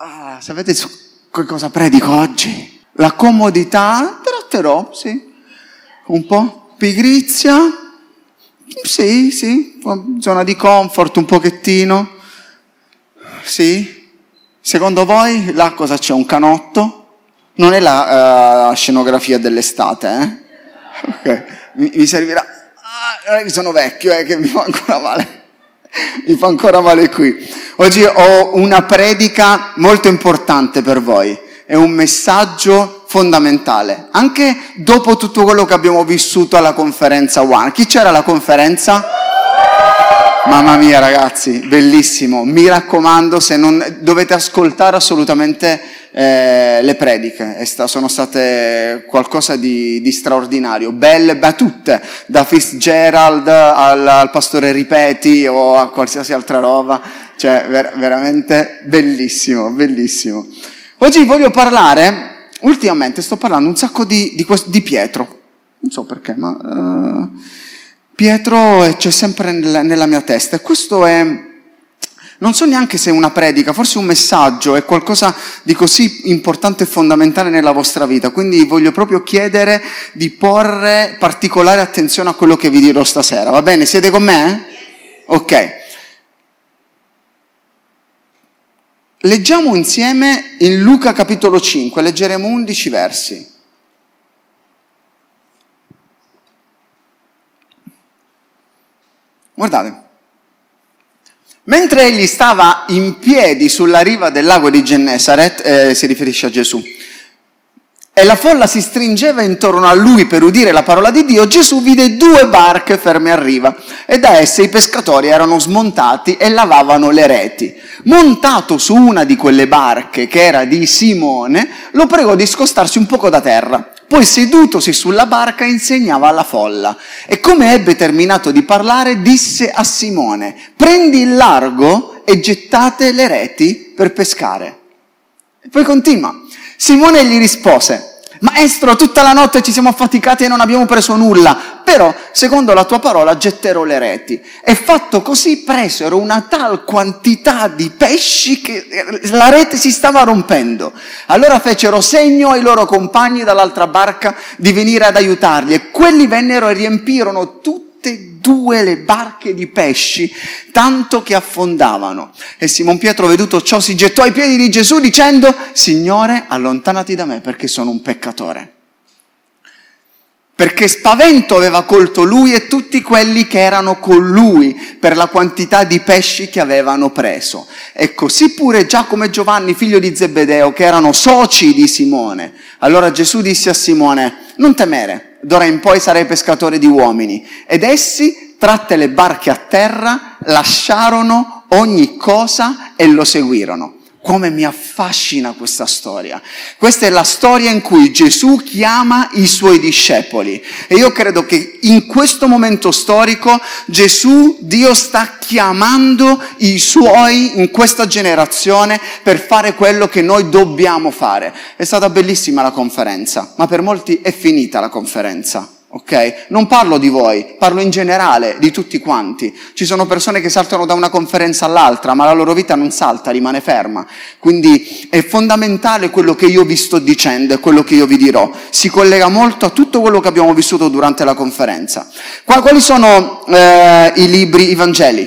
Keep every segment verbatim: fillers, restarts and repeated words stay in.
ah, sapete su cosa predico oggi? La comodità, tratterò, sì, un po', pigrizia, sì, sì, zona di comfort un pochettino, sì. Secondo voi là cosa c'è? Un canotto? Non è la uh, scenografia dell'estate, eh? Ok, mi, mi servirà, ah, non è che sono vecchio, eh, che mi fa ancora male. Mi fa ancora male qui. Oggi ho una predica molto importante per voi, è un messaggio fondamentale, anche dopo tutto quello che abbiamo vissuto alla conferenza One. Chi c'era alla conferenza? Mamma mia ragazzi, bellissimo, mi raccomando, se non dovete ascoltare assolutamente eh, le prediche, e sta, sono state qualcosa di, di straordinario, belle battute, da Fitzgerald al, al pastore Ripeti o a qualsiasi altra roba, cioè ver- veramente bellissimo, bellissimo. Oggi voglio parlare, ultimamente sto parlando un sacco di, di, di Pietro, non so perché, ma... Uh, Pietro c'è sempre nella, nella mia testa, e questo è, non so neanche se è una predica, forse un messaggio, è qualcosa di così importante e fondamentale nella vostra vita, quindi voglio proprio chiedere di porre particolare attenzione a quello che vi dirò stasera, va bene? Siete con me? Ok. Leggiamo insieme in Luca capitolo cinque, leggeremo undici versi. Guardate, mentre egli stava in piedi sulla riva del lago di Gennesaret, eh, si riferisce a Gesù, e la folla si stringeva intorno a lui per udire la parola di Dio, Gesù vide due barche ferme a riva, e da esse i pescatori erano smontati e lavavano le reti. Montato su una di quelle barche, che era di Simone, lo pregò di scostarsi un poco da terra. Poi sedutosi sulla barca insegnava alla folla, e come ebbe terminato di parlare disse a Simone: prendi il largo e gettate le reti per pescare. E poi continua. Simone gli rispose: Maestro, tutta la notte ci siamo affaticati e non abbiamo preso nulla, però secondo la tua parola getterò le reti. E fatto così presero una tal quantità di pesci che la rete si stava rompendo. Allora fecero segno ai loro compagni dall'altra barca di venire ad aiutarli, e quelli vennero e riempirono tutte e due le barche di pesci, tanto che affondavano. E Simon Pietro, veduto ciò, si gettò ai piedi di Gesù dicendo: Signore, allontanati da me, perché sono un peccatore. Perché spavento aveva colto lui e tutti quelli che erano con lui per la quantità di pesci che avevano preso. E così pure Giacomo e Giovanni, figlio di Zebedeo, che erano soci di Simone. Allora Gesù disse a Simone: non temere, d'ora in poi sarai pescatore di uomini. Ed essi, tratte le barche a terra, lasciarono ogni cosa e lo seguirono. Come mi affascina questa storia. Questa è la storia in cui Gesù chiama i suoi discepoli. E io credo che in questo momento storico Gesù, Dio sta chiamando i suoi in questa generazione per fare quello che noi dobbiamo fare. È stata bellissima la conferenza, ma per molti è finita la conferenza. Ok? Non parlo di voi, parlo in generale, di tutti quanti. Ci sono persone che saltano da una conferenza all'altra, ma la loro vita non salta, rimane ferma. Quindi è fondamentale quello che io vi sto dicendo e quello che io vi dirò. Si collega molto a tutto quello che abbiamo vissuto durante la conferenza. Quali sono eh, i libri, i Vangeli?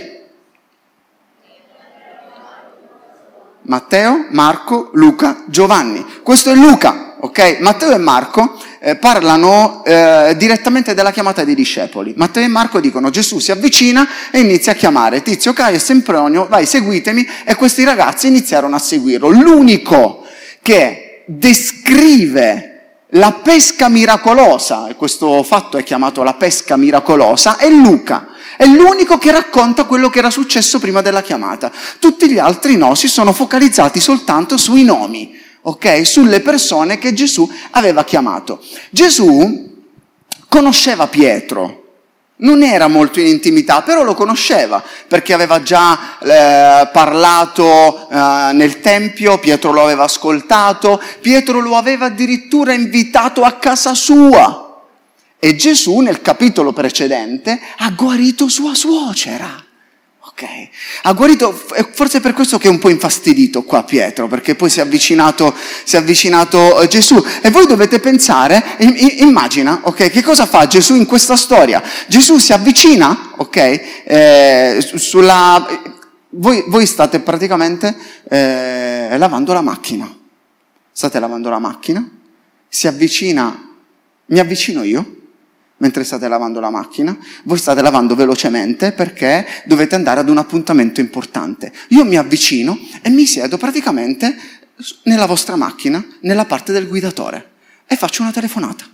Matteo, Marco, Luca, Giovanni. Questo è Luca, ok? Matteo e Marco eh, parlano eh, direttamente della chiamata dei discepoli. Matteo e Marco dicono: Gesù si avvicina e inizia a chiamare Tizio, Caio e Sempronio, vai, seguitemi, e questi ragazzi iniziarono a seguirlo. L'unico che descrive la pesca miracolosa, e questo fatto è chiamato la pesca miracolosa, è Luca. È l'unico che racconta quello che era successo prima della chiamata. Tutti gli altri no, si sono focalizzati soltanto sui nomi, ok? Sulle persone che Gesù aveva chiamato. Gesù conosceva Pietro, non era molto in intimità, però lo conosceva, perché aveva già eh, parlato eh, nel Tempio, Pietro lo aveva ascoltato, Pietro lo aveva addirittura invitato a casa sua. E Gesù nel capitolo precedente ha guarito sua suocera. Ok, ha guarito, forse è per questo che è un po' infastidito qua Pietro, perché poi si è avvicinato, si è avvicinato eh, Gesù. E voi dovete pensare, immagina, ok, che cosa fa Gesù in questa storia? Gesù si avvicina, ok, eh, sulla, voi, voi state praticamente eh, lavando la macchina, state lavando la macchina, si avvicina, mi avvicino io, mentre state lavando la macchina, voi state lavando velocemente perché dovete andare ad un appuntamento importante. Io mi avvicino e mi siedo praticamente nella vostra macchina, nella parte del guidatore, e faccio una telefonata.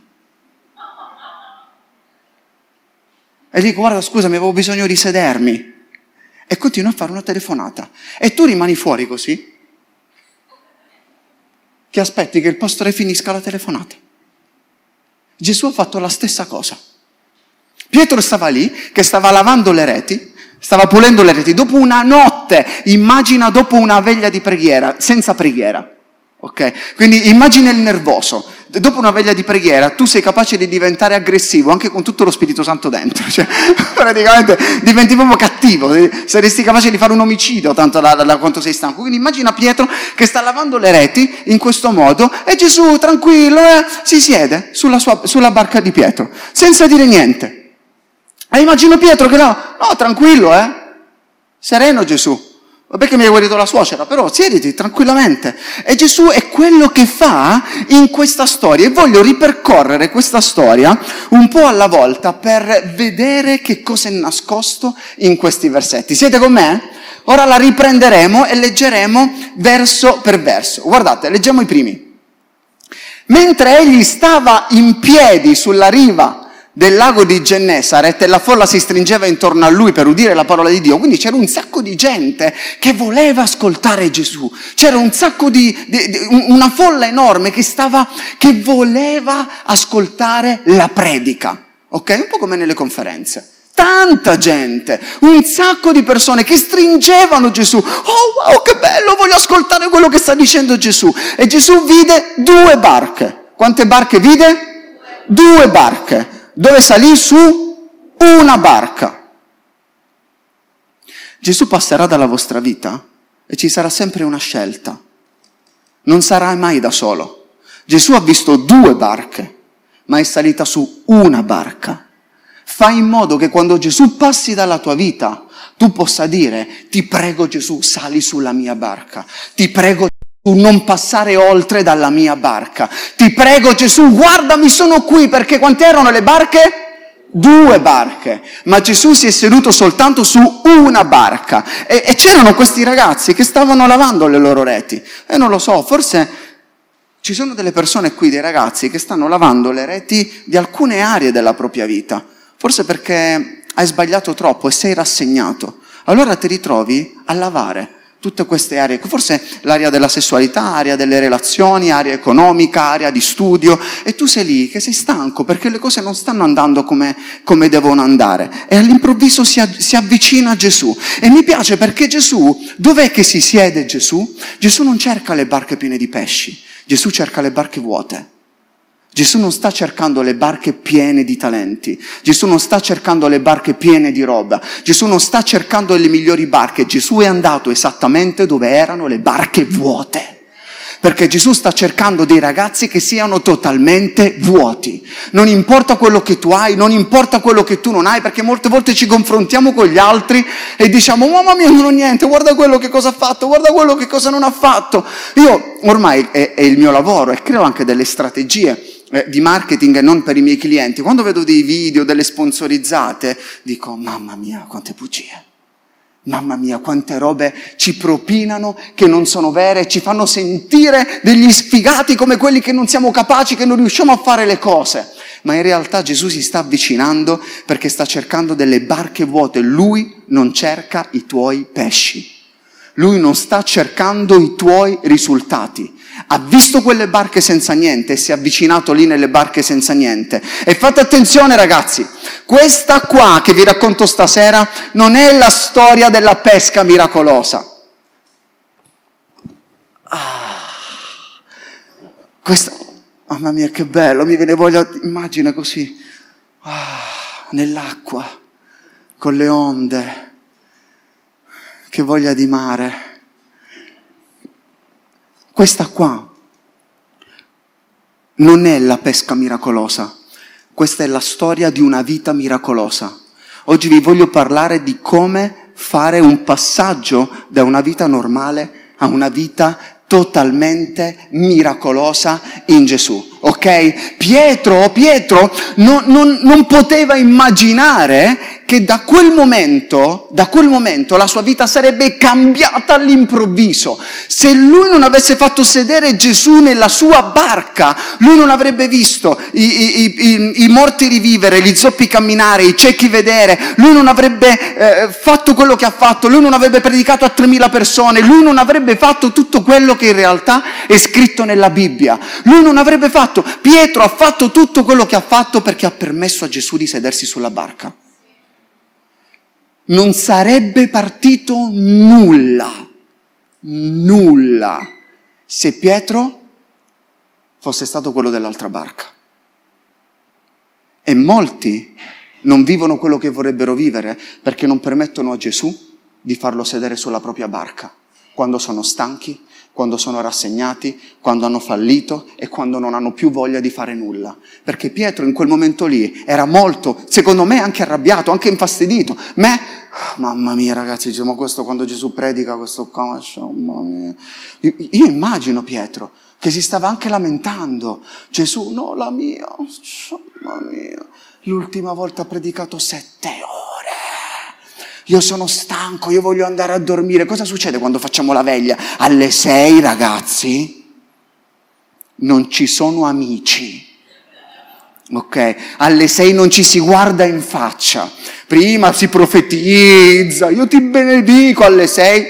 E dico, guarda, scusami, avevo bisogno di sedermi. E continuo a fare una telefonata. E tu rimani fuori così, che aspetti che il pastore finisca la telefonata. Gesù ha fatto la stessa cosa. Pietro stava lì, che stava lavando le reti, stava pulendo le reti, dopo una notte, immagina dopo una veglia di preghiera, senza preghiera, ok? Quindi immagina il nervoso, dopo una veglia di preghiera tu sei capace di diventare aggressivo, anche con tutto lo Spirito Santo dentro, cioè praticamente diventi proprio cattivo, saresti capace di fare un omicidio, tanto da, da, da quanto sei stanco. Quindi immagina Pietro che sta lavando le reti in questo modo e Gesù tranquillo eh, si siede sulla, sua, sulla barca di Pietro, senza dire niente. E immagino Pietro che no, no, tranquillo, eh, sereno Gesù. Vabbè che mi hai guarito la suocera, però siediti tranquillamente. E Gesù è quello che fa in questa storia. E voglio ripercorrere questa storia un po' alla volta per vedere che cosa è nascosto in questi versetti. Siete con me? Ora la riprenderemo e leggeremo verso per verso. Guardate, leggiamo i primi. Mentre egli stava in piedi sulla riva del lago di Gennesaret e la folla si stringeva intorno a lui per udire la parola di Dio, quindi c'era un sacco di gente che voleva ascoltare Gesù, c'era un sacco di, di, di una folla enorme che stava, che voleva ascoltare la predica, ok? Un po' come nelle conferenze. Tanta gente, un sacco di persone che stringevano Gesù. Oh wow, che bello, voglio ascoltare quello che sta dicendo Gesù. E Gesù vide due barche. Quante barche vide? Due barche. Dove salì su una barca. Gesù passerà dalla vostra vita e ci sarà sempre una scelta. Non sarà mai da solo. Gesù ha visto due barche, ma è salita su una barca. Fai in modo che quando Gesù passi dalla tua vita, tu possa dire, ti prego Gesù, sali sulla mia barca. Ti prego Gesù, non passare oltre dalla mia barca. Ti prego Gesù, guardami, sono qui, perché quante erano le barche? Due barche. Ma Gesù si è seduto soltanto su una barca. E, e c'erano questi ragazzi che stavano lavando le loro reti. E non lo so, forse ci sono delle persone qui, dei ragazzi, che stanno lavando le reti di alcune aree della propria vita. Forse perché hai sbagliato troppo e sei rassegnato. Allora ti ritrovi a lavare tutte queste aree, forse l'area della sessualità, area delle relazioni, area economica, area di studio, e tu sei lì che sei stanco perché le cose non stanno andando come, come devono andare. E all'improvviso si, si avvicina Gesù. E mi piace perché Gesù, dov'è che si siede Gesù? Gesù non cerca le barche piene di pesci, Gesù cerca le barche vuote. Gesù non sta cercando le barche piene di talenti, Gesù non sta cercando le barche piene di roba, Gesù non sta cercando le migliori barche, Gesù è andato esattamente dove erano le barche vuote. Perché Gesù sta cercando dei ragazzi che siano totalmente vuoti. Non importa quello che tu hai, non importa quello che tu non hai, perché molte volte ci confrontiamo con gli altri e diciamo, mamma mia, non ho niente, guarda quello che cosa ha fatto, guarda quello che cosa non ha fatto. Io ormai è, è il mio lavoro e creo anche delle strategie eh, di marketing e non per i miei clienti. Quando vedo dei video, delle sponsorizzate, dico, mamma mia, quante bugie. Mamma mia, quante robe ci propinano che non sono vere, ci fanno sentire degli sfigati come quelli che non siamo capaci, che non riusciamo a fare le cose. Ma in realtà Gesù si sta avvicinando perché sta cercando delle barche vuote. Lui non cerca i tuoi pesci. Lui non sta cercando i tuoi risultati. Ha visto quelle barche senza niente e si è avvicinato lì nelle barche senza niente. E fate attenzione ragazzi, questa qua che vi racconto stasera non è la storia della pesca miracolosa. Ah, questa, mamma mia che bello, mi viene voglia, immagina così, ah, nell'acqua, con le onde. che voglia di mare. Questa qua non è la pesca miracolosa, questa è la storia di una vita miracolosa. Oggi vi voglio parlare di come fare un passaggio da una vita normale a una vita totalmente miracolosa in Gesù, ok? Pietro, Pietro non, non, non poteva immaginare che da quel momento, da quel momento la sua vita sarebbe cambiata all'improvviso. Se lui non avesse fatto sedere Gesù nella sua barca, lui non avrebbe visto i, i, i, i morti rivivere, gli zoppi camminare, i ciechi vedere, lui non avrebbe eh, fatto quello che ha fatto, lui non avrebbe predicato a tremila persone, lui non avrebbe fatto tutto quello che in realtà è scritto nella Bibbia. Lui non avrebbe fatto, Pietro ha fatto tutto quello che ha fatto perché ha permesso a Gesù di sedersi sulla barca. Non sarebbe partito nulla, nulla, se Pietro fosse stato quello dell'altra barca. E molti non vivono quello che vorrebbero vivere perché non permettono a Gesù di farlo sedere sulla propria barca, quando sono stanchi, quando sono rassegnati, quando hanno fallito e quando non hanno più voglia di fare nulla. Perché Pietro in quel momento lì era molto, secondo me, anche arrabbiato, anche infastidito. Me, mamma mia ragazzi, diciamo questo quando Gesù predica, questo qua, mamma mia. Io, io immagino Pietro che si stava anche lamentando. Gesù, no, la mia, mamma mia, l'ultima volta ha predicato sette ore. Io sono stanco, io voglio andare a dormire. Cosa succede quando facciamo la veglia? Alle sei, ragazzi, non ci sono amici. Ok? Alle sei non ci si guarda in faccia. Prima si profetizza, io ti benedico, alle sei.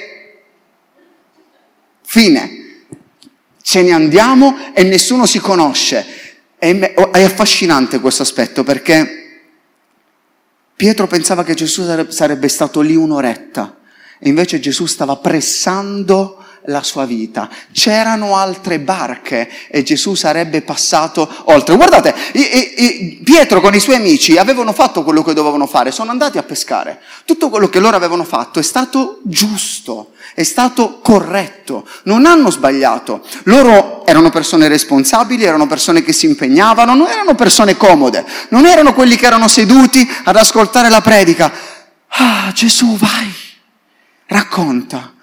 Fine. Ce ne andiamo e nessuno si conosce. È, è affascinante questo aspetto perché Pietro pensava che Gesù sarebbe stato lì un'oretta e invece Gesù stava pressando la sua vita. C'erano altre barche e Gesù sarebbe passato oltre. Guardate, i, i, i, Pietro con i suoi amici avevano fatto quello che dovevano fare, sono andati a pescare. Tutto quello che loro avevano fatto è stato giusto, è stato corretto, non hanno sbagliato. Loro erano persone responsabili, erano persone che si impegnavano, non erano persone comode, non erano quelli che erano seduti ad ascoltare la predica. Ah, Gesù, vai, racconta.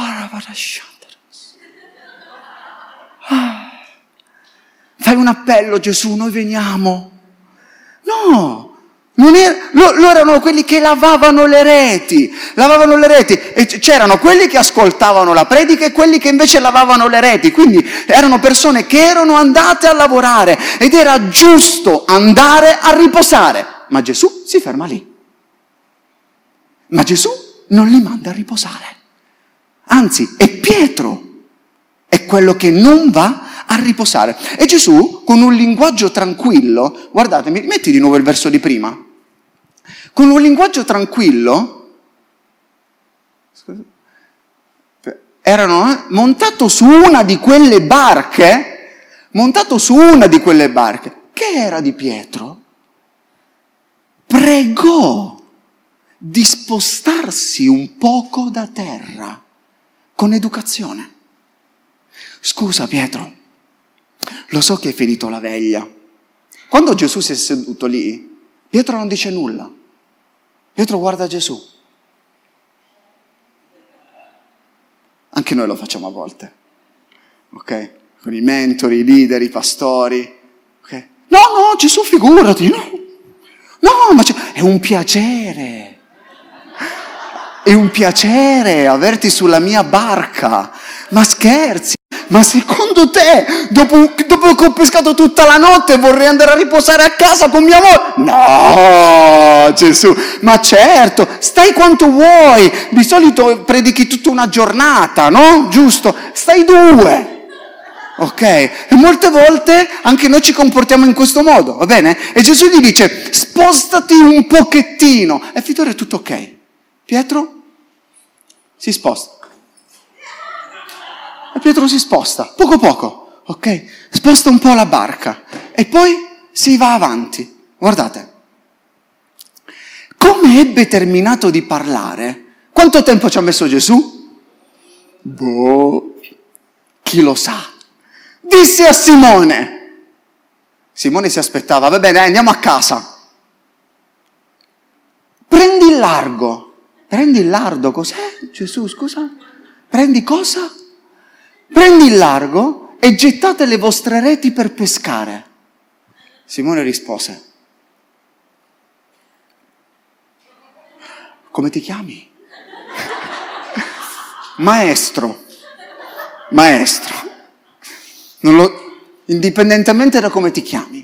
Ah, fai un appello, Gesù, noi veniamo. No, non era, loro erano quelli che lavavano le reti, lavavano le reti e c'erano quelli che ascoltavano la predica e quelli che invece lavavano le reti, quindi erano persone che erano andate a lavorare ed era giusto andare a riposare, ma Gesù si ferma lì, ma Gesù non li manda a riposare, anzi è Pietro è quello che non va a riposare. E Gesù, con un linguaggio tranquillo, guardate, mi metti di nuovo il verso di prima, con un linguaggio tranquillo, erano montato su una di quelle barche, montato su una di quelle barche, che era di Pietro, pregò di spostarsi un poco da terra, con educazione. Scusa Pietro, lo so che hai finito la veglia. Quando Gesù si è seduto lì, Pietro non dice nulla. Pietro guarda Gesù. Anche noi lo facciamo a volte, ok? Con i mentori, i leader, i pastori, ok? No, no, Gesù figurati, no. No, ma c'è... è un piacere. È un piacere averti sulla mia barca. Ma scherzi? Ma secondo te, dopo, dopo che ho pescato tutta la notte, vorrei andare a riposare a casa con mia moglie? No, Gesù, ma certo, stai quanto vuoi. Di solito predichi tutta una giornata, no? Giusto? Stai due. Ok? E molte volte anche noi ci comportiamo in questo modo, va bene? E Gesù gli dice, spostati un pochettino. E Fittore è tutto ok. Pietro si sposta. E Pietro si sposta, poco poco, ok? Sposta un po' la barca e poi si va avanti. Guardate, come ebbe terminato di parlare, Quanto tempo ci ha messo Gesù? Boh, chi lo sa. Disse a Simone. Simone si aspettava, va bene, andiamo a casa. Prendi il largo. Prendi il largo, cos'è? Gesù, scusa? Prendi cosa? Prendi il largo e gettate le vostre reti per pescare. Simone rispose. Come ti chiami? Maestro. Maestro. Non lo... Indipendentemente da come ti chiami.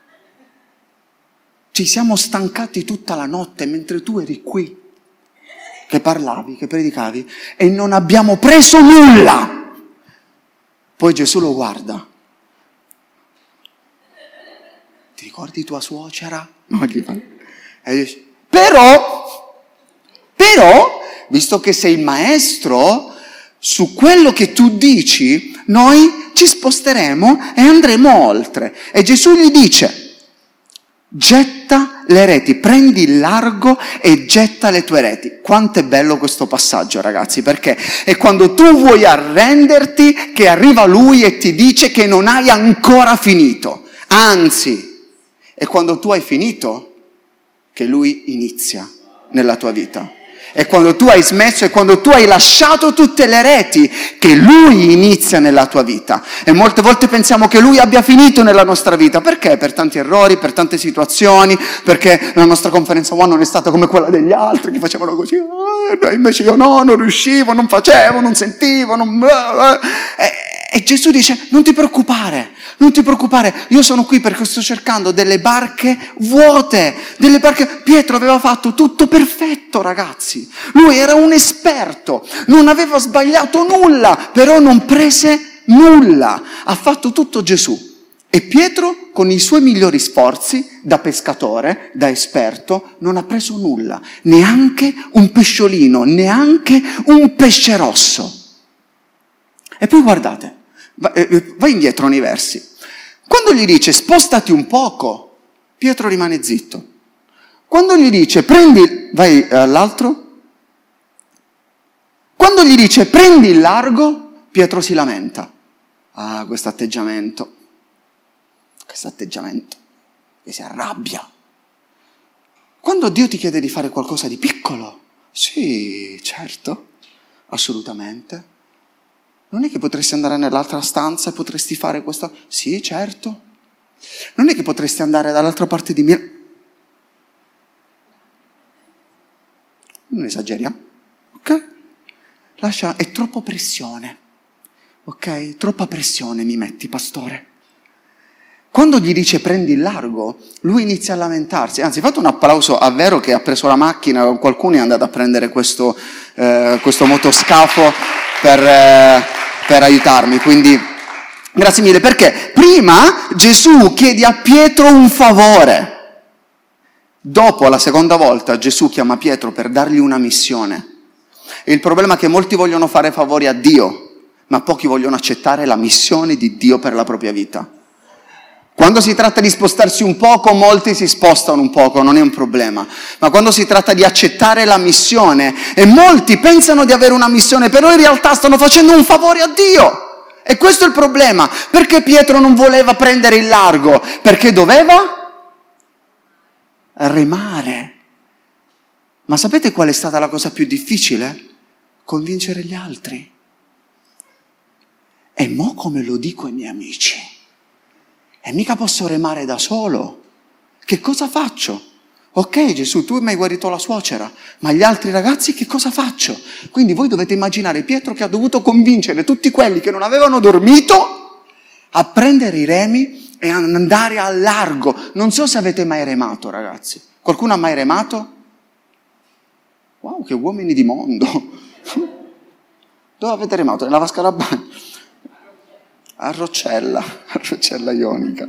Ci siamo stancati tutta la notte mentre tu eri qui, che parlavi, che predicavi, e non abbiamo preso nulla. Poi Gesù lo guarda. Ti ricordi tua suocera? No, gli fa. E dice, però, però, visto che sei maestro, su quello che tu dici, noi ci sposteremo e andremo oltre. E Gesù gli dice, getta le reti, prendi il largo e getta le tue reti. Quanto è bello questo passaggio, ragazzi, perché è quando tu vuoi arrenderti che arriva Lui e ti dice che non hai ancora finito. Anzi, è quando tu hai finito che Lui inizia nella tua vita. È quando tu hai smesso, è quando tu hai lasciato tutte le reti che Lui inizia nella tua vita. E molte volte pensiamo che Lui abbia finito nella nostra vita. Perché? Per tanti errori, per tante situazioni, perché la nostra conferenza one non è stata come quella degli altri che facevano così, ah, invece io no, non riuscivo, non facevo, non sentivo, non... E, e Gesù dice, non ti preoccupare, non ti preoccupare, io sono qui perché sto cercando delle barche vuote, delle barche... Pietro aveva fatto tutto perfetto, ragazzi. Lui era un esperto, non aveva sbagliato nulla, però non prese nulla. Ha fatto tutto Gesù. E Pietro, con i suoi migliori sforzi, da pescatore, da esperto, non ha preso nulla. Neanche un pesciolino, neanche un pesce rosso. E poi guardate, vai indietro nei versi. Quando gli dice spostati un poco, Pietro rimane zitto. Quando gli dice prendi, vai all'altro. Quando gli dice prendi il largo, Pietro si lamenta. Ah, questo atteggiamento, questo atteggiamento, che si arrabbia. Quando Dio ti chiede di fare qualcosa di piccolo, sì, certo, assolutamente. Non è che potresti andare nell'altra stanza e potresti fare questo? Sì, certo. Non è che potresti andare dall'altra parte di Milano? Non esageriamo, ok? Lascia, è troppo pressione, ok? Troppa pressione mi metti, pastore. Quando gli dice prendi il largo, lui inizia a lamentarsi. Anzi, fate un applauso a Vero che ha preso la macchina, con qualcuno è andato a prendere questo, eh, questo motoscafo per... Eh, per aiutarmi, quindi grazie mille, perché prima Gesù chiede a Pietro un favore, dopo la seconda volta Gesù chiama Pietro per dargli una missione. E il problema è che molti vogliono fare favori a Dio, ma pochi vogliono accettare la missione di Dio per la propria vita. Quando si tratta di spostarsi un poco, molti si spostano un poco, non è un problema. Ma quando si tratta di accettare la missione, e molti pensano di avere una missione, però in realtà stanno facendo un favore a Dio. E questo è il problema. Perché Pietro non voleva prendere il largo? Perché doveva remare. Ma sapete qual è stata la cosa più difficile? Convincere gli altri. E mo come lo dico ai miei amici? E mica posso remare da solo. Che cosa faccio? Ok, Gesù, tu mi hai guarito la suocera, ma gli altri ragazzi che cosa faccio? Quindi voi dovete immaginare Pietro che ha dovuto convincere tutti quelli che non avevano dormito a prendere i remi e andare al largo. Non so se avete mai remato, ragazzi. Qualcuno ha mai remato? Wow, che uomini di mondo. Dove avete remato? Nella vasca da bagno? A Roccella, a Roccella Ionica.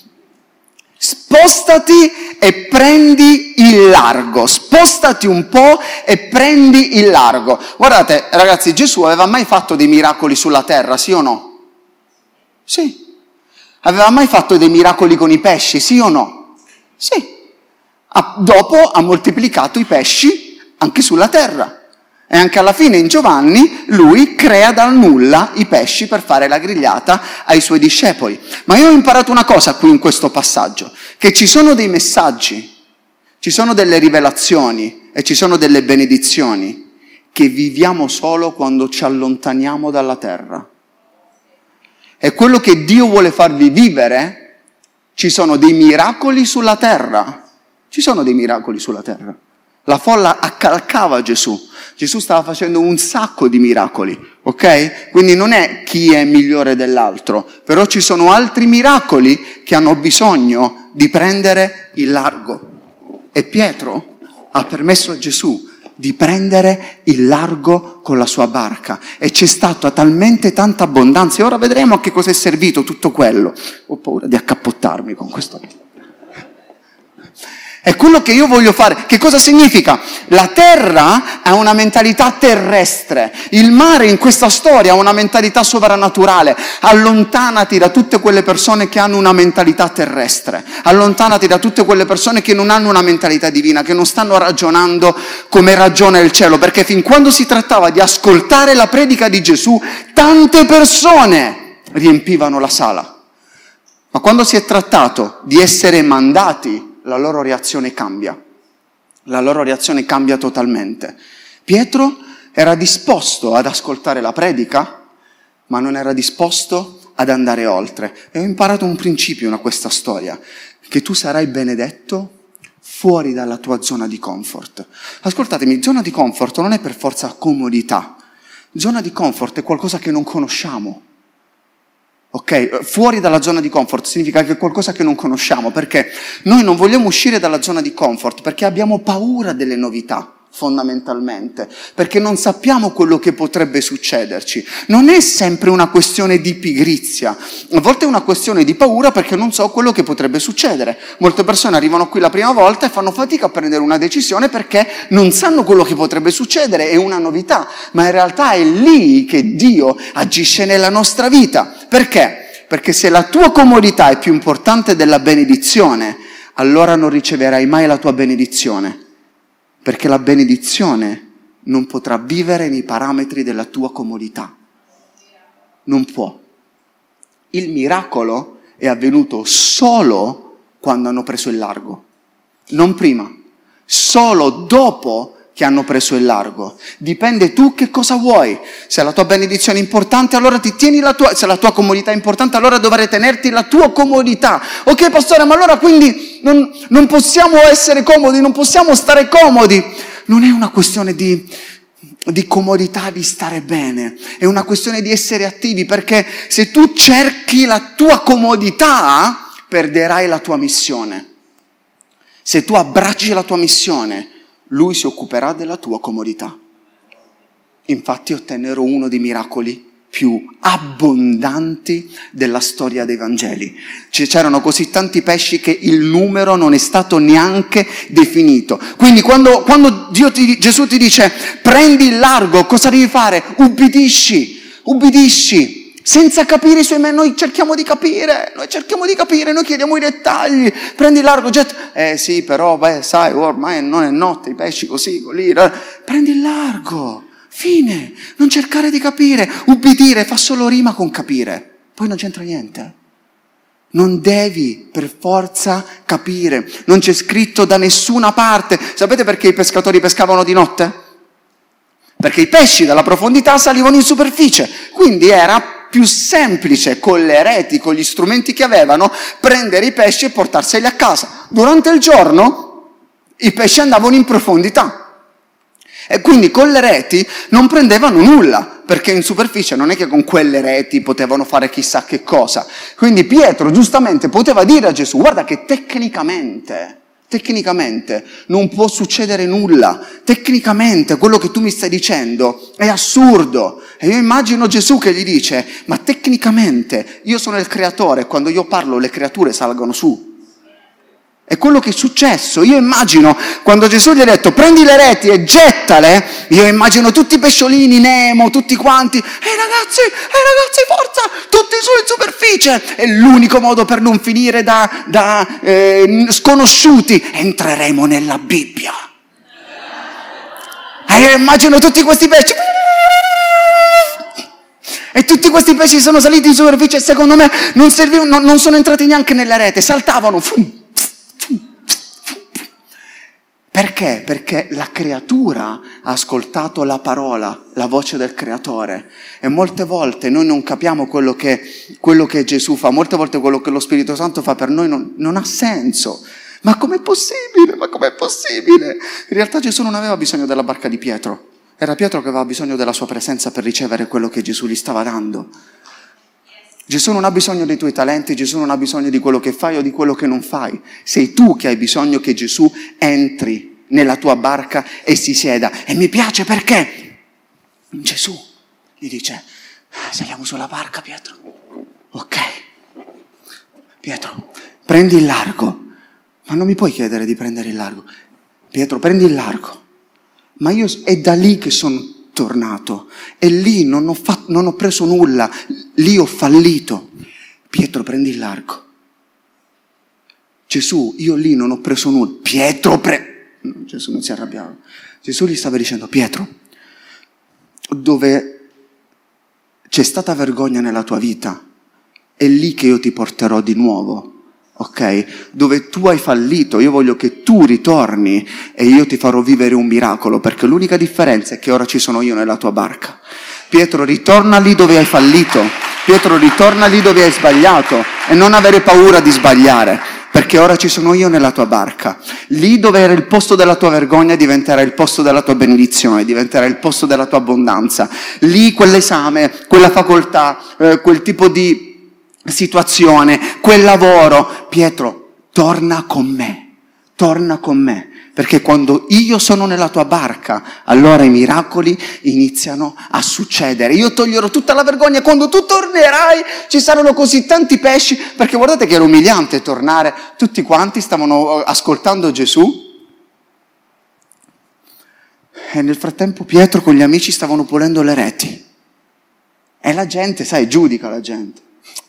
Spostati e prendi il largo, spostati un po' e prendi il largo. Guardate, ragazzi, Gesù aveva mai fatto dei miracoli sulla terra, sì o no? Sì. Aveva mai fatto dei miracoli con i pesci, sì o no? Sì. Ah, dopo ha moltiplicato i pesci anche sulla terra. E anche alla fine in Giovanni lui crea dal nulla i pesci per fare la grigliata ai suoi discepoli. Ma io ho imparato una cosa qui in questo passaggio, che ci sono dei messaggi, ci sono delle rivelazioni e ci sono delle benedizioni che viviamo solo quando ci allontaniamo dalla terra. E quello che Dio vuole farvi vivere, ci sono dei miracoli sulla terra, ci sono dei miracoli sulla terra. La folla accalcava Gesù. Gesù stava facendo un sacco di miracoli, ok? Quindi non è chi è migliore dell'altro, però ci sono altri miracoli che hanno bisogno di prendere il largo. E Pietro ha permesso a Gesù di prendere il largo con la sua barca. E c'è stata talmente tanta abbondanza. E ora vedremo a che cosa è servito tutto quello. Ho paura di accappottarmi con questo. È quello che io voglio fare. Che cosa significa? La terra ha una mentalità terrestre. Il mare in questa storia ha una mentalità sovrannaturale. Allontanati da tutte quelle persone che hanno una mentalità terrestre. Allontanati da tutte quelle persone che non hanno una mentalità divina, che non stanno ragionando come ragiona il cielo. Perché fin quando si trattava di ascoltare la predica di Gesù, tante persone riempivano la sala. Ma quando si è trattato di essere mandati, la loro reazione cambia, la loro reazione cambia totalmente. Pietro era disposto ad ascoltare la predica, ma non era disposto ad andare oltre. E ho imparato un principio in questa storia, che tu sarai benedetto fuori dalla tua zona di comfort. Ascoltatemi, zona di comfort non è per forza comodità, zona di comfort è qualcosa che non conosciamo. Ok, fuori dalla zona di comfort significa che è qualcosa che non conosciamo, perché noi non vogliamo uscire dalla zona di comfort perché abbiamo paura delle novità, fondamentalmente, perché non sappiamo quello che potrebbe succederci. Non è sempre una questione di pigrizia, a volte è una questione di paura perché non so quello che potrebbe succedere. Molte persone arrivano qui la prima volta e fanno fatica a prendere una decisione perché non sanno quello che potrebbe succedere, è una novità, ma in realtà è lì che Dio agisce nella nostra vita. Perché? Perché se la tua comodità è più importante della benedizione, allora non riceverai mai la tua benedizione. Perché la benedizione non potrà vivere nei parametri della tua comodità. Non può. Il miracolo è avvenuto solo quando hanno preso il largo. Non prima. Solo dopo che hanno preso il largo. Dipende tu che cosa vuoi. Se la tua benedizione è importante, allora ti tieni la tua, se la tua comodità è importante, allora dovrai tenerti la tua comodità. Ok, pastore, ma allora quindi non, non possiamo essere comodi, non possiamo stare comodi. Non è una questione di, di comodità, di stare bene, è una questione di essere attivi, perché se tu cerchi la tua comodità, perderai la tua missione. Se tu abbracci la tua missione, Lui si occuperà della tua comodità. Infatti ottennero uno dei miracoli più abbondanti della storia dei Vangeli. C'erano così tanti pesci che il numero non è stato neanche definito. Quindi quando, quando Dio ti, Gesù ti dice prendi il largo, cosa devi fare? Ubbidisci, ubbidisci. Senza capire i suoi mezzi, noi cerchiamo di capire, noi cerchiamo di capire, noi chiediamo i dettagli, prendi il largo, getto, eh sì però, beh sai, ormai non è notte, i pesci così, così, prendi il largo, fine, non cercare di capire, ubbidire fa solo rima con capire, poi non c'entra niente. Non devi per forza capire, non c'è scritto da nessuna parte. Sapete perché i pescatori pescavano di notte? Perché i pesci dalla profondità salivano in superficie, quindi era più semplice con le reti, con gli strumenti che avevano, prendere i pesci e portarseli a casa. Durante il giorno i pesci andavano in profondità e quindi con le reti non prendevano nulla, perché in superficie non è che con quelle reti potevano fare chissà che cosa. Quindi Pietro giustamente poteva dire a Gesù: guarda che tecnicamente Tecnicamente non può succedere nulla, tecnicamente quello che tu mi stai dicendo è assurdo. E io immagino Gesù che gli dice: ma tecnicamente io sono il creatore, quando io parlo le creature salgono su. È quello che è successo. Io immagino quando Gesù gli ha detto prendi le reti e gettale, io immagino tutti i pesciolini, Nemo, tutti quanti, ehi ragazzi, ehi ragazzi, forza, tutti su in superficie. È l'unico modo per non finire da, da eh, sconosciuti. Entreremo nella Bibbia. E io immagino tutti questi pesci. E tutti questi pesci sono saliti in superficie e secondo me non, servivano, non, non sono entrati neanche nella rete, saltavano. Perché? Perché la creatura ha ascoltato la parola, la voce del creatore. E molte volte noi non capiamo quello che, quello che Gesù fa, molte volte quello che lo Spirito Santo fa per noi non, non ha senso. Ma com'è possibile? Ma com'è possibile? In realtà Gesù non aveva bisogno della barca di Pietro. Era Pietro che aveva bisogno della sua presenza per ricevere quello che Gesù gli stava dando. Gesù non ha bisogno dei tuoi talenti, Gesù non ha bisogno di quello che fai o di quello che non fai. Sei tu che hai bisogno che Gesù entri nella tua barca e si sieda. E mi piace perché Gesù gli dice: saliamo sulla barca, Pietro. Ok. Pietro, prendi il largo. Ma non mi puoi chiedere di prendere il largo. Pietro, prendi il largo. Ma io è da lì che sono tornato. E lì non ho, fatto, non ho preso nulla. Lì ho fallito. Pietro, prendi il largo. Gesù, io lì non ho preso nulla. Pietro, pre... no, Gesù non si arrabbiava. Gesù gli stava dicendo: Pietro, dove c'è stata vergogna nella tua vita, è lì che io ti porterò di nuovo. Ok? Dove tu hai fallito, io voglio che tu ritorni e io ti farò vivere un miracolo, perché l'unica differenza è che ora ci sono io nella tua barca. Pietro, ritorna lì dove hai fallito. Pietro, ritorna lì dove hai sbagliato e non avere paura di sbagliare, perché ora ci sono io nella tua barca. Lì dove era il posto della tua vergogna diventerà il posto della tua benedizione, diventerà il posto della tua abbondanza. Lì quell'esame, quella facoltà, eh, quel tipo di situazione, quel lavoro, Pietro, torna con me, torna con me, perché quando io sono nella tua barca, allora i miracoli iniziano a succedere. Io toglierò tutta la vergogna, quando tu tornerai ci saranno così tanti pesci, perché guardate che era umiliante tornare, tutti quanti stavano ascoltando Gesù e nel frattempo Pietro con gli amici stavano pulendo le reti e la gente, sai, giudica la gente.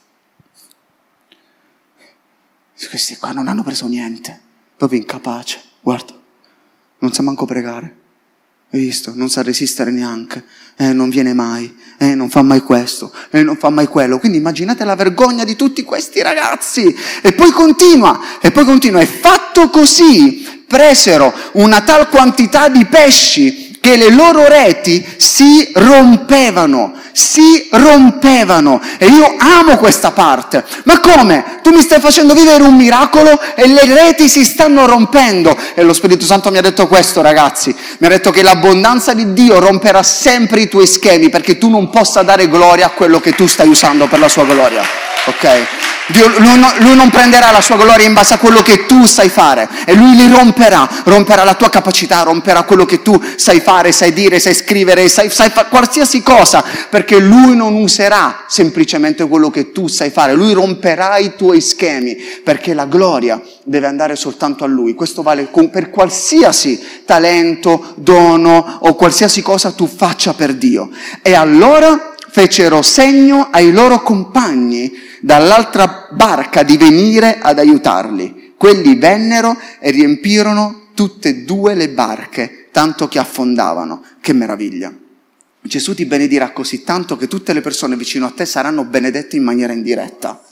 Questi qua non hanno preso niente, proprio incapace, guarda, non sa manco pregare, hai visto? Non sa resistere neanche, eh, non viene mai, eh, non fa mai questo, eh, non fa mai quello. Quindi immaginate la vergogna di tutti questi ragazzi. E poi continua, e poi continua, e fatto così, presero una tal quantità di pesci che le loro reti si rompevano, si rompevano. E io amo questa parte. Ma come? Tu mi stai facendo vivere un miracolo e le reti si stanno rompendo. E lo Spirito Santo mi ha detto questo, ragazzi. Mi ha detto che l'abbondanza di Dio romperà sempre i tuoi schemi, perché tu non possa dare gloria a quello che tu stai usando per la sua gloria. Ok? Dio, lui, no, lui non prenderà la sua gloria in base a quello che tu sai fare, e lui li romperà, romperà la tua capacità, romperà quello che tu sai fare, sai dire, sai scrivere, sai, sai fare qualsiasi cosa, perché lui non userà semplicemente quello che tu sai fare, lui romperà i tuoi schemi, perché la gloria deve andare soltanto a lui. Questo vale per qualsiasi talento, dono o qualsiasi cosa tu faccia per Dio. E allora fecero segno ai loro compagni dall'altra barca di venire ad aiutarli. Quelli vennero e riempirono tutte e due le barche, tanto che affondavano. Che meraviglia! Gesù ti benedirà così tanto che tutte le persone vicino a te saranno benedette in maniera indiretta.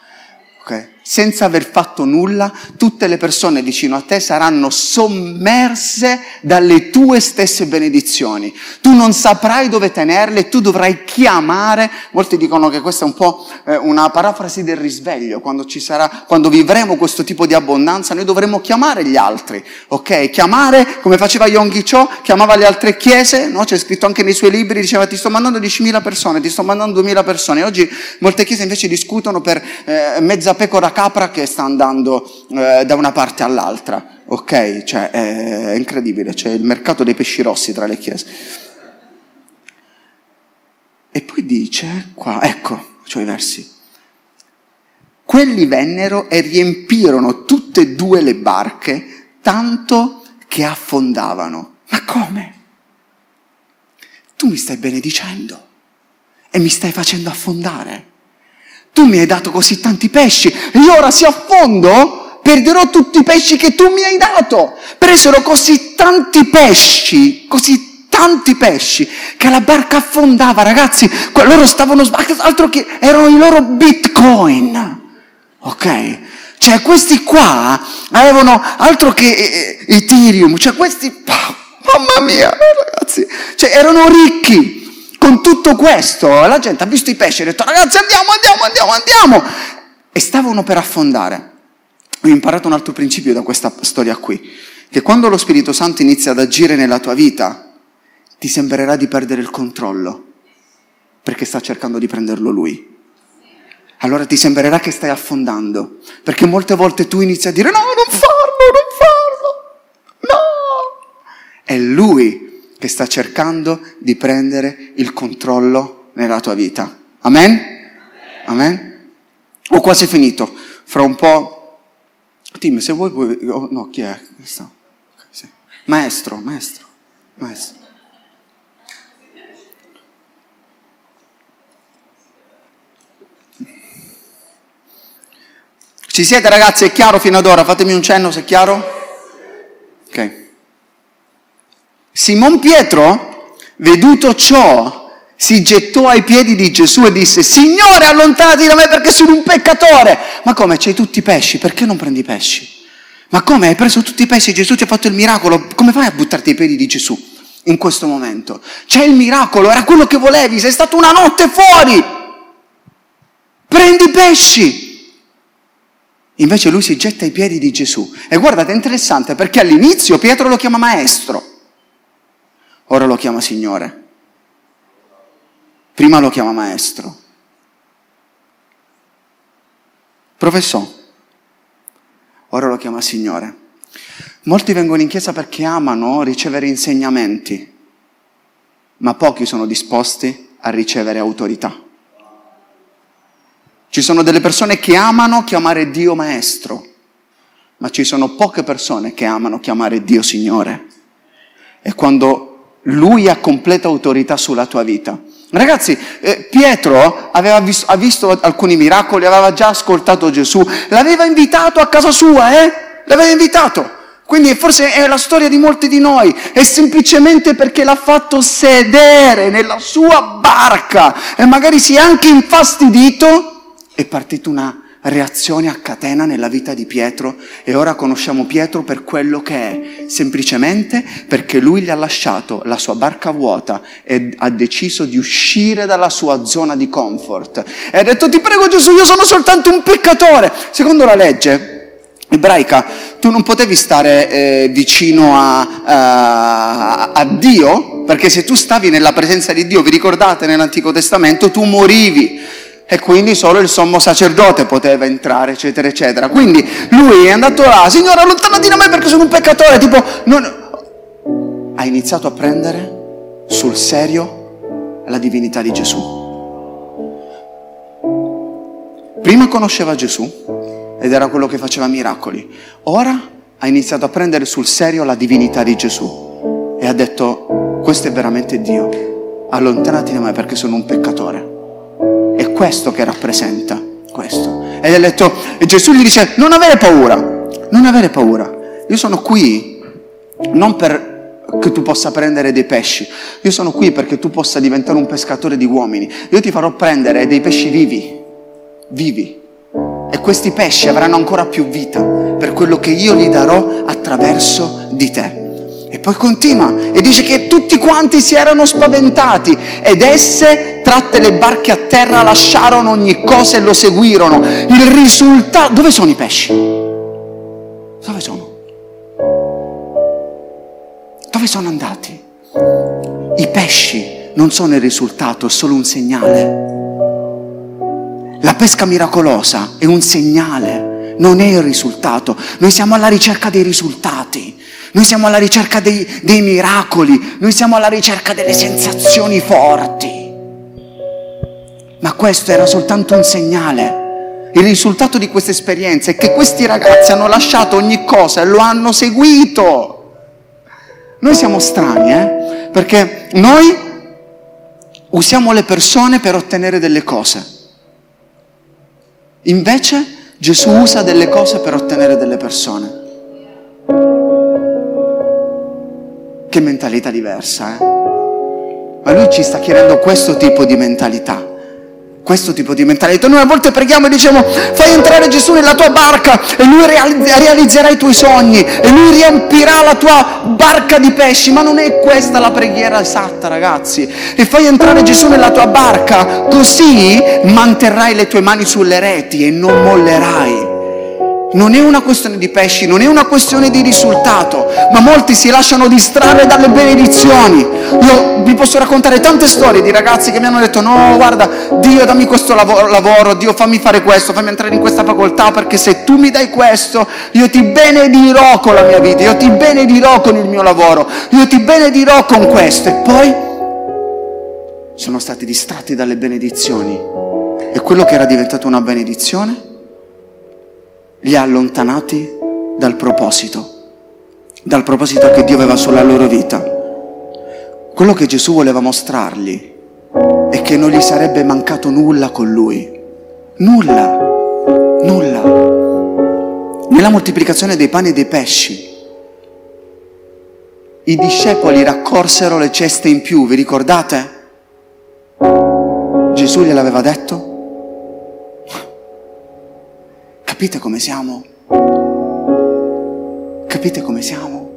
Okay? Senza aver fatto nulla, tutte le persone vicino a te saranno sommerse dalle tue stesse benedizioni. Tu non saprai dove tenerle, tu dovrai chiamare. Molti dicono che questa è un po' eh, una parafrasi del risveglio. Quando ci sarà, quando vivremo questo tipo di abbondanza, noi dovremo chiamare gli altri, ok? Chiamare, come faceva Yonggi Cho, chiamava le altre chiese, no? C'è scritto anche nei suoi libri, diceva: ti sto mandando diecimila persone, ti sto mandando duemila persone. Oggi molte chiese invece discutono per eh, mezza pecora capra che sta andando eh, da una parte all'altra, ok? Cioè è, è incredibile, c'è il mercato dei pesci rossi tra le chiese. E poi dice qua, ecco, cioè i versi. Quelli vennero e riempirono tutte e due le barche, tanto che affondavano. Ma come? Tu mi stai benedicendo e mi stai facendo affondare. Tu mi hai dato così tanti pesci e io ora se affondo perderò tutti i pesci che tu mi hai dato. Presero così tanti pesci, così tanti pesci che la barca affondava, ragazzi. Loro stavano altro che erano i loro bitcoin, ok? Cioè questi qua avevano altro che Ethereum, cioè questi, mamma mia, ragazzi, cioè erano ricchi. Con tutto questo la gente ha visto i pesci e ha detto ragazzi andiamo, andiamo, andiamo, andiamo, e stavano per affondare. Ho imparato un altro principio da questa storia qui, che quando lo Spirito Santo inizia ad agire nella tua vita ti sembrerà di perdere il controllo, perché sta cercando di prenderlo Lui. Allora ti sembrerà che stai affondando, perché molte volte tu inizi a dire no, non farlo, non farlo, no! È Lui che sta cercando di prendere il controllo nella tua vita. Amen? Amen? Ho quasi finito. Fra un po'... Tim, se vuoi puoi... Oh, no, chi è? Okay, sì. Maestro, maestro, maestro. Ci siete ragazzi? È chiaro fino ad ora? Fatemi un cenno se è chiaro. Ok. Simon Pietro, veduto ciò, si gettò ai piedi di Gesù e disse Signore, allontanati da me perché sono un peccatore. Ma come? C'hai tutti i pesci, perché non prendi i pesci? Ma come? Hai preso tutti i pesci, Gesù ti ha fatto il miracolo, come fai a buttarti ai piedi di Gesù in questo momento? C'è il miracolo, era quello che volevi, sei stato una notte fuori. Prendi i pesci. Invece lui si getta ai piedi di Gesù. E guardate, è interessante perché all'inizio Pietro lo chiama maestro, ora lo chiama Signore. Prima lo chiama maestro. Professò, ora lo chiama Signore. Molti vengono in chiesa perché amano ricevere insegnamenti, ma pochi sono disposti a ricevere autorità. Ci sono delle persone che amano chiamare Dio maestro, ma ci sono poche persone che amano chiamare Dio Signore. E quando Lui ha completa autorità sulla tua vita. Ragazzi, eh, Pietro aveva visto, ha visto alcuni miracoli, aveva già ascoltato Gesù, l'aveva invitato a casa sua, eh? L'aveva invitato. Quindi forse è la storia di molti di noi, è semplicemente perché l'ha fatto sedere nella sua barca e magari si è anche infastidito. È partita una reazione a catena nella vita di Pietro e ora conosciamo Pietro per quello che è, semplicemente perché lui gli ha lasciato la sua barca vuota e ha deciso di uscire dalla sua zona di comfort. E ha detto ti prego Gesù, io sono soltanto un peccatore. Secondo la legge ebraica tu non potevi stare eh, vicino a, a, a Dio, perché se tu stavi nella presenza di Dio, vi ricordate nell'Antico Testamento, tu morivi. E quindi solo il sommo sacerdote poteva entrare, eccetera, eccetera. Quindi lui è andato là, Signore, allontanati da me perché sono un peccatore. Tipo, non... ha iniziato a prendere sul serio la divinità di Gesù. Prima conosceva Gesù ed era quello che faceva miracoli. Ora ha iniziato a prendere sul serio la divinità di Gesù e ha detto, questo è veramente Dio. Allontanati da me perché sono un peccatore. È questo che rappresenta questo. Ed ha detto, e Gesù gli dice, non avere paura, non avere paura. Io sono qui non per che tu possa prendere dei pesci. Io sono qui perché tu possa diventare un pescatore di uomini. Io ti farò prendere dei pesci vivi, vivi. E questi pesci avranno ancora più vita per quello che io gli darò attraverso di te. E poi continua e dice che tutti quanti si erano spaventati ed esse, tratte le barche a terra, lasciarono ogni cosa e lo seguirono. Il risultato... Dove sono i pesci? Dove sono? Dove sono andati? I pesci non sono il risultato, è solo un segnale. La pesca miracolosa è un segnale, non è il risultato. Noi siamo alla ricerca dei risultati. Noi siamo alla ricerca dei, dei miracoli, noi siamo alla ricerca delle sensazioni forti. Ma questo era soltanto un segnale. Il risultato di questa esperienza è che questi ragazzi hanno lasciato ogni cosa e lo hanno seguito. Noi siamo strani, eh? Perché noi usiamo le persone per ottenere delle cose. Invece Gesù usa delle cose per ottenere delle persone. Che mentalità diversa, eh? Ma lui ci sta chiedendo questo tipo di mentalità. Questo tipo di mentalità. Noi a volte preghiamo e diciamo: fai entrare Gesù nella tua barca e lui realizzerà i tuoi sogni e lui riempirà la tua barca di pesci. Ma non è questa la preghiera esatta, ragazzi. E fai entrare Gesù nella tua barca, così manterrai le tue mani sulle reti e non mollerai. Non è una questione di pesci, non è una questione di risultato, ma molti si lasciano distrarre dalle benedizioni. Io vi posso raccontare tante storie di ragazzi che mi hanno detto: no, guarda, Dio dammi questo lavoro, lavoro, Dio fammi fare questo, fammi entrare in questa facoltà, perché se tu mi dai questo, io ti benedirò con la mia vita, io ti benedirò con il mio lavoro, io ti benedirò con questo. E poi sono stati distratti dalle benedizioni e quello che era diventato una benedizione li ha allontanati dal proposito, dal proposito che Dio aveva sulla loro vita. Quello che Gesù voleva mostrargli è che non gli sarebbe mancato nulla con lui. Nulla, nulla. Nella moltiplicazione dei pani e dei pesci, i discepoli raccolsero le ceste in più, vi ricordate? Gesù gliel'aveva detto? Capite come siamo? Capite come siamo?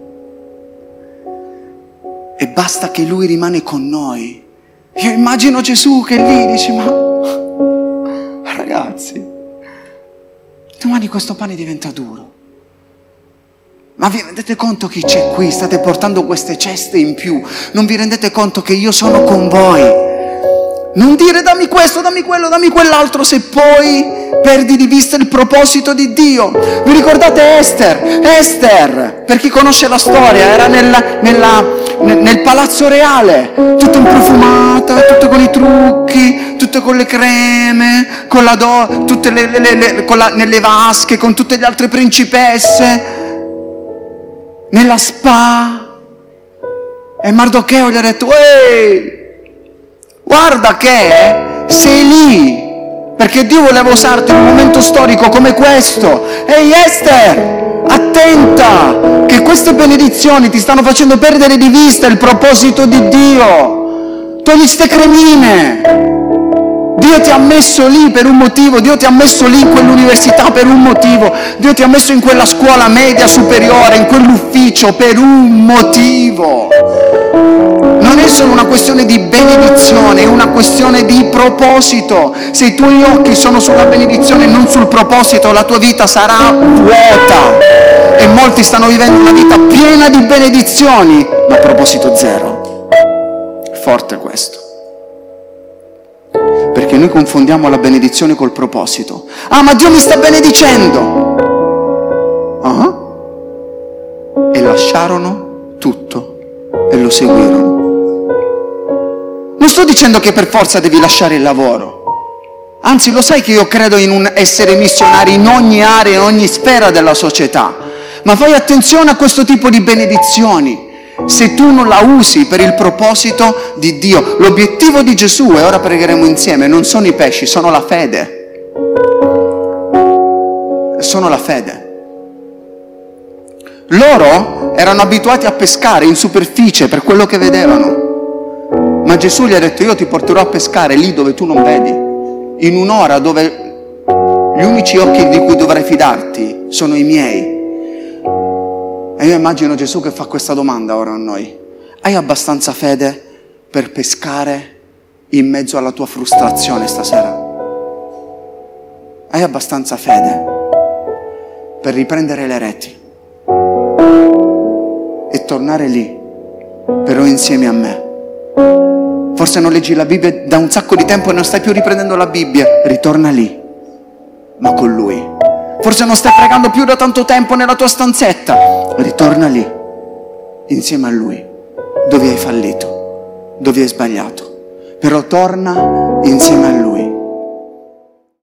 E basta che Lui rimane con noi. Io immagino Gesù che lì dice: ma ragazzi, domani questo pane diventa duro. Ma vi rendete conto chi c'è qui? State portando queste ceste in più. Non vi rendete conto che io sono con voi? Non dire dammi questo, dammi quello, dammi quell'altro, se poi perdi di vista il proposito di Dio. Vi ricordate Ester? Ester, per chi conosce la storia, era nella, nella, nel palazzo reale, tutta improfumata, tutta con i trucchi, tutte con le creme, con la do, tutte le, le, le, con la, nelle vasche, con tutte le altre principesse, nella spa. E Mardocheo gli ha detto: ehi, guarda che sei lì, perché Dio voleva usarti in un momento storico come questo. Ehi Ester, attenta, che queste benedizioni ti stanno facendo perdere di vista il proposito di Dio. Togli ste cremine. Dio ti ha messo lì per un motivo, Dio ti ha messo lì in quell'università per un motivo, Dio ti ha messo in quella scuola media superiore, in quell'ufficio per un motivo. Non è solo una questione di benedizione, è una questione di proposito. Se i tuoi occhi sono sulla benedizione e non sul proposito, la tua vita sarà vuota. E molti stanno vivendo una vita piena di benedizioni, ma proposito zero. Forte questo. Perché noi confondiamo la benedizione col proposito. Ah, ma Dio mi sta benedicendo! Uh-huh. E lasciarono tutto e lo seguirono. Non sto dicendo che per forza devi lasciare il lavoro. Anzi, lo sai che io credo in un essere missionari in ogni area, in ogni sfera della società. Ma fai attenzione a questo tipo di benedizioni. Se tu non la usi per il proposito di Dio. L'obiettivo di Gesù, e ora pregheremo insieme, non sono i pesci, sono la fede. Sono la fede. Loro erano abituati a pescare in superficie per quello che vedevano. Ma Gesù gli ha detto: io ti porterò a pescare lì dove tu non vedi, in un'ora dove gli unici occhi di cui dovrai fidarti sono i miei. E io immagino Gesù che fa questa domanda ora a noi: hai abbastanza fede per pescare in mezzo alla tua frustrazione stasera? Hai abbastanza fede per riprendere le reti e tornare lì, però insieme a me? Forse non leggi la Bibbia da un sacco di tempo e non stai più riprendendo la Bibbia, ritorna lì, ma con Lui. Forse non stai pregando più da tanto tempo nella tua stanzetta, ritorna lì, insieme a Lui, dove hai fallito, dove hai sbagliato, però torna insieme a Lui.